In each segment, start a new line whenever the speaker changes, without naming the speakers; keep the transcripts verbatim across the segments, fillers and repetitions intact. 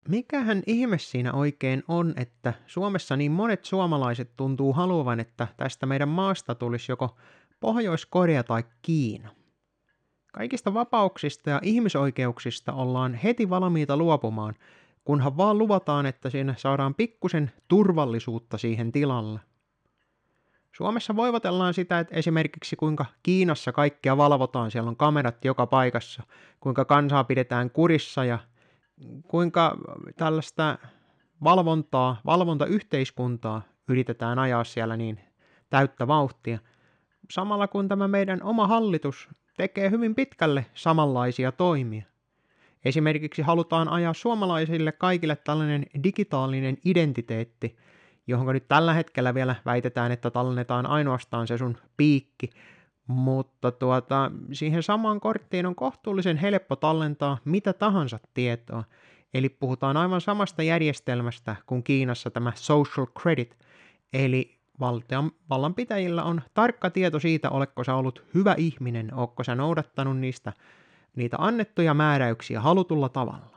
Mikähän ihme siinä oikein on, että Suomessa niin monet suomalaiset tuntuu haluavan, että tästä meidän maasta tulisi joko Pohjois-Korea tai Kiina? Kaikista vapauksista ja ihmisoikeuksista ollaan heti valmiita luopumaan, kunhan vaan luvataan, että siinä saadaan pikkusen turvallisuutta siihen tilalle. Suomessa voivotellaan sitä, että esimerkiksi kuinka Kiinassa kaikkea valvotaan, siellä on kamerat joka paikassa, kuinka kansaa pidetään kurissa ja kuinka tällaista valvontaa, valvontayhteiskuntaa yritetään ajaa siellä niin täyttä vauhtia. Samalla kun tämä meidän oma hallitus tekee hyvin pitkälle samanlaisia toimia. Esimerkiksi halutaan ajaa suomalaisille kaikille tällainen digitaalinen identiteetti, johon nyt tällä hetkellä vielä väitetään, että tallennetaan ainoastaan se sun piikki, mutta tuota, siihen samaan korttiin on kohtuullisen helppo tallentaa mitä tahansa tietoa. Eli puhutaan aivan samasta järjestelmästä kuin Kiinassa tämä social credit, eli valtion, vallanpitäjillä on tarkka tieto siitä, oletko sä ollut hyvä ihminen, oletko sä noudattanut niistä, niitä annettuja määräyksiä halutulla tavalla.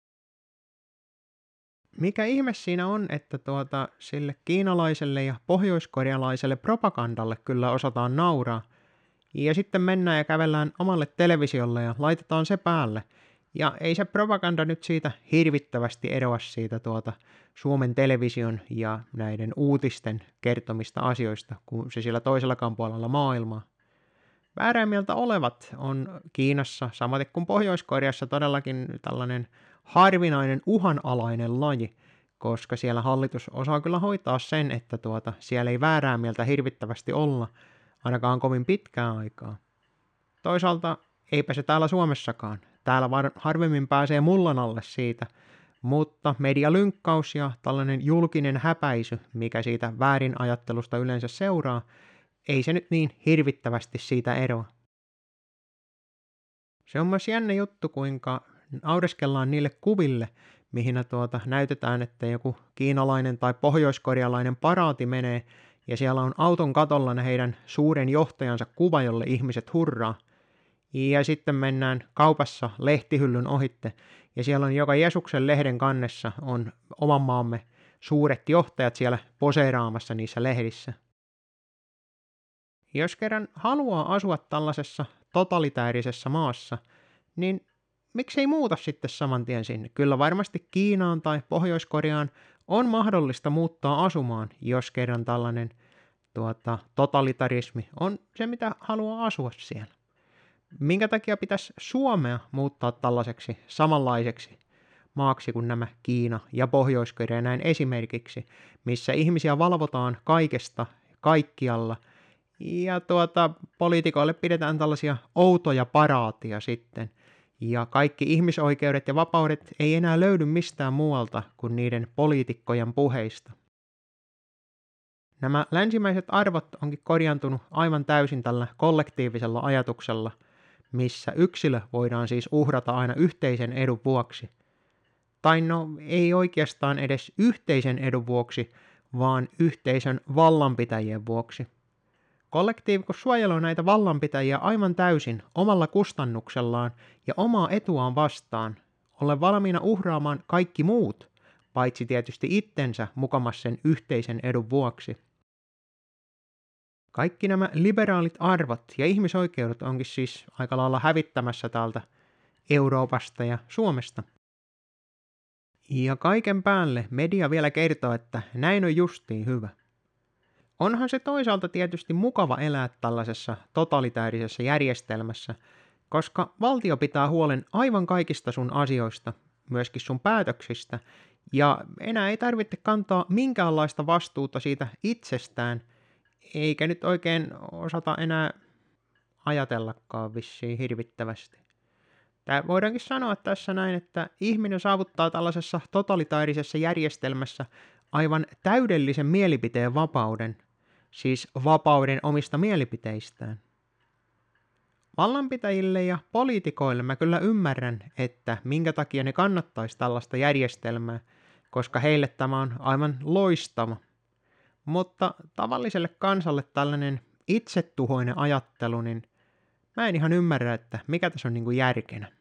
Mikä ihme siinä on, että tuota, sille kiinalaiselle ja pohjoiskorealaiselle propagandalle kyllä osataan nauraa, ja sitten mennään ja kävellään omalle televisiolle ja laitetaan se päälle. Ja ei se propaganda nyt siitä hirvittävästi eroa siitä tuota Suomen television ja näiden uutisten kertomista asioista, kuin se siellä toisellakaan puolella maailmaa. Väärää mieltä olevat on Kiinassa, samaten kuin Pohjois-Koreassa todellakin tällainen harvinainen uhanalainen laji, koska siellä hallitus osaa kyllä hoitaa sen, että tuota, siellä ei väärää mieltä hirvittävästi olla, ainakaan kovin pitkään aikaa. Toisaalta eipä se täällä Suomessakaan. Täällä var- harvemmin pääsee mullan alle siitä, mutta medialynkkaus ja tällainen julkinen häpäisy, mikä siitä väärinajattelusta yleensä seuraa, ei se nyt niin hirvittävästi siitä eroa. Se on myös jännä juttu, kuinka naureskellaan niille kuville, mihin tuota näytetään, että joku kiinalainen tai pohjoiskorealainen paraati menee, ja siellä on auton katolla ne heidän suuren johtajansa kuva, jolle ihmiset hurraa. Ja sitten mennään kaupassa lehtihyllyn ohitte, ja siellä on joka Jeesuksen lehden kannessa on oman maamme suuret johtajat siellä poseeraamassa niissä lehdissä. Jos kerran haluaa asua tällaisessa totalitäärisessä maassa, niin miksei muuta sitten saman tien sinne? Kyllä varmasti Kiinaan tai Pohjois-Koreaan on mahdollista muuttaa asumaan, jos kerran tällainen tuota, totalitarismi on se, mitä haluaa asua siellä. Minkä takia pitäisi Suomea muuttaa tällaiseksi samanlaiseksi maaksi kuin nämä Kiina ja Pohjois-Korea näin esimerkiksi, missä ihmisiä valvotaan kaikesta, kaikkialla, ja tuota, poliitikoille pidetään tällaisia outoja paraatia sitten, ja kaikki ihmisoikeudet ja vapaudet ei enää löydy mistään muualta kuin niiden poliitikkojen puheista. Nämä länsimaiset arvot onkin korjantunut aivan täysin tällä kollektiivisella ajatuksella, missä yksilö voidaan siis uhrata aina yhteisen edun vuoksi. Tai no, ei oikeastaan edes yhteisen edun vuoksi, vaan yhteisön vallanpitäjien vuoksi. Kollektiiviko suojelee näitä vallanpitäjiä aivan täysin omalla kustannuksellaan ja omaa etuaan vastaan, ollen valmiina uhraamaan kaikki muut, paitsi tietysti itsensä mukamas sen yhteisen edun vuoksi. Kaikki nämä liberaalit arvot ja ihmisoikeudet onkin siis aika lailla hävittämässä täältä Euroopasta ja Suomesta. Ja kaiken päälle media vielä kertoo, että näin on justiin hyvä. Onhan se toisaalta tietysti mukava elää tällaisessa totalitäärisessä järjestelmässä, koska valtio pitää huolen aivan kaikista sun asioista, myöskin sun päätöksistä, ja enää ei tarvitse kantaa minkäänlaista vastuuta siitä itsestään, eikä nyt oikein osata enää ajatellakaan vissiin hirvittävästi. Tää voidaankin sanoa tässä näin, että ihminen saavuttaa tällaisessa totalitaarisessa järjestelmässä aivan täydellisen mielipiteen vapauden, siis vapauden omista mielipiteistään. Vallanpitäjille ja poliitikoille mä kyllä ymmärrän, että minkä takia ne kannattaisi tällaista järjestelmää, koska heille tämä on aivan loistava. Mutta tavalliselle kansalle tällainen itsetuhoinen ajattelu, niin mä en ihan ymmärrä, että mikä tässä on niinku järkenä.